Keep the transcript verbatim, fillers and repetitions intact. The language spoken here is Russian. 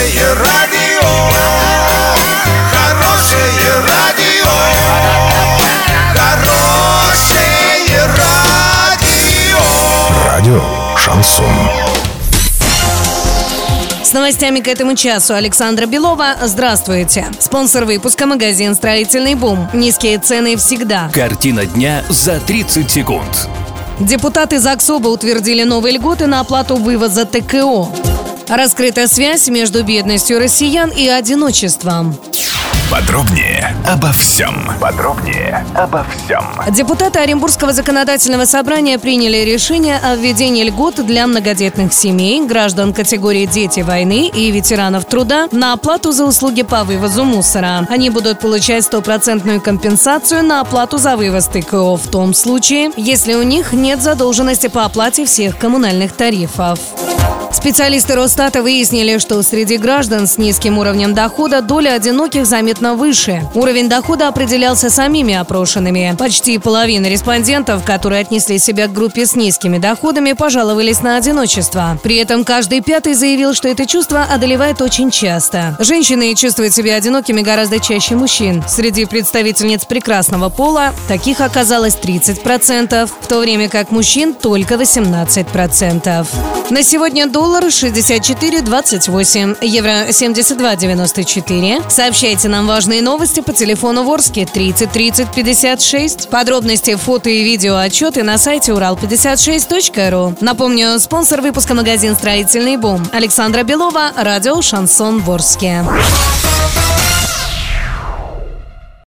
Хорошее радио, хорошее радио, хорошее радио. Радио Шансон. С новостями к этому часу Александра Белова. Здравствуйте. Спонсор выпуска — магазин «Строительный бум». Низкие цены всегда. Картина дня за тридцать секунд. Депутаты ЗАГСОБа утвердили новые льготы на оплату вывоза ТКО. Раскрыта связь между бедностью россиян и одиночеством. Подробнее обо всем. Подробнее обо всем. Депутаты Оренбургского законодательного собрания приняли решение о введении льгот для многодетных семей, граждан категории «Дети войны» и ветеранов труда на оплату за услуги по вывозу мусора. Они будут получать стопроцентную компенсацию на оплату за вывоз ТКО в том случае, если у них нет задолженности по оплате всех коммунальных тарифов. Специалисты Росстата выяснили, что среди граждан с низким уровнем дохода доля одиноких заметно выше. Уровень дохода определялся самими опрошенными. Почти половина респондентов, которые отнесли себя к группе с низкими доходами, пожаловались на одиночество. При этом каждый пятый заявил, что это чувство одолевает очень часто. Женщины чувствуют себя одинокими гораздо чаще мужчин. Среди представительниц прекрасного пола таких оказалось тридцать процентов, в то время как мужчин только восемнадцать процентов. На сегодня доллар шестьдесят четыре двадцать восемь, евро семьдесят два девяносто четыре. Сообщайте нам важные новости по телефону Ворске тридцать тридцать пятьдесят шесть. Подробности, фото и видео отчеты на сайте урал пятьдесят шесть точка ру. Напомню, спонсор выпуска — магазин «Строительный бум». Александра Белова, радио «Шансон» Ворске.